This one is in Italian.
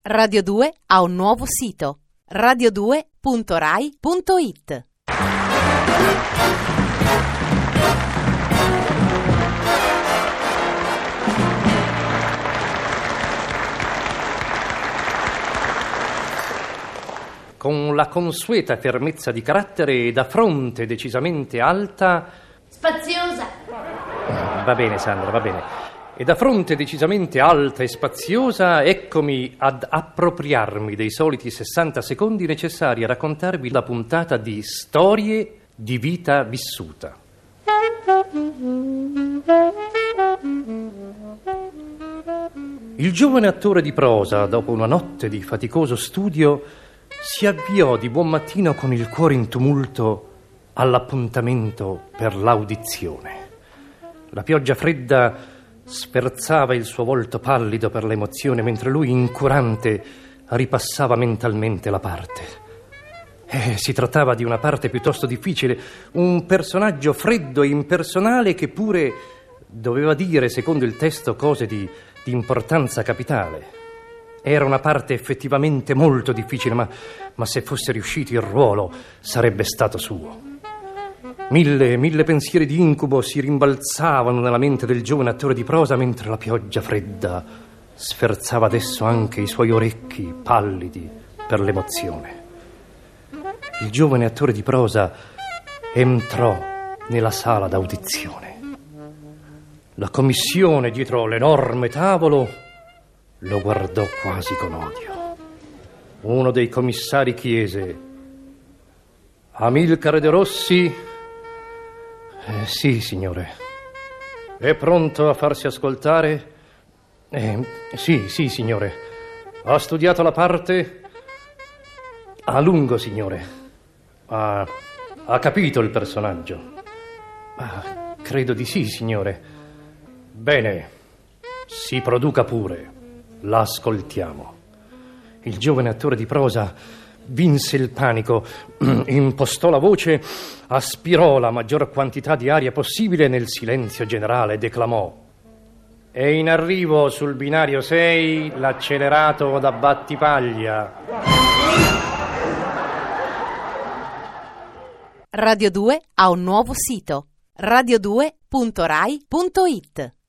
Radio 2 ha un nuovo sito: radio2.rai.it. Con la consueta fermezza di carattere e da fronte decisamente alta... Spaziosa. Va bene, Sandra, va bene. E da fronte decisamente alta e spaziosa, eccomi ad appropriarmi dei soliti 60 secondi necessari a raccontarvi la puntata di Storie di vita vissuta. Il giovane attore di prosa, dopo una notte di faticoso studio, si avviò di buon mattino con il cuore in tumulto all'appuntamento per l'audizione. La pioggia fredda sferzava il suo volto pallido per l'emozione, mentre lui, incurante, ripassava mentalmente la parte. Si trattava di una parte piuttosto difficile, un personaggio freddo e impersonale che pure doveva dire, secondo il testo, cose di importanza capitale. Era una parte effettivamente molto difficile, ma se fosse riuscito il ruolo sarebbe stato suo. Mille pensieri di incubo si rimbalzavano nella mente del giovane attore di prosa, mentre la pioggia fredda sferzava adesso anche i suoi orecchi pallidi per l'emozione. Il giovane attore di prosa entrò nella sala d'audizione. La commissione dietro l'enorme tavolo lo guardò quasi con odio. Uno dei commissari chiese: Amilcare De Rossi? Sì, signore. È pronto a farsi ascoltare? Sì, signore. Ha studiato la parte? A lungo, signore. Ha capito il personaggio? Credo di sì, signore. Bene, si produca pure. L'ascoltiamo. Il giovane attore di prosa vinse il panico, impostò la voce, aspirò la maggior quantità di aria possibile, nel silenzio generale declamò: è in arrivo sul binario 6 l'accelerato da Battipaglia. Radio 2 ha un nuovo sito: radio2.rai.it.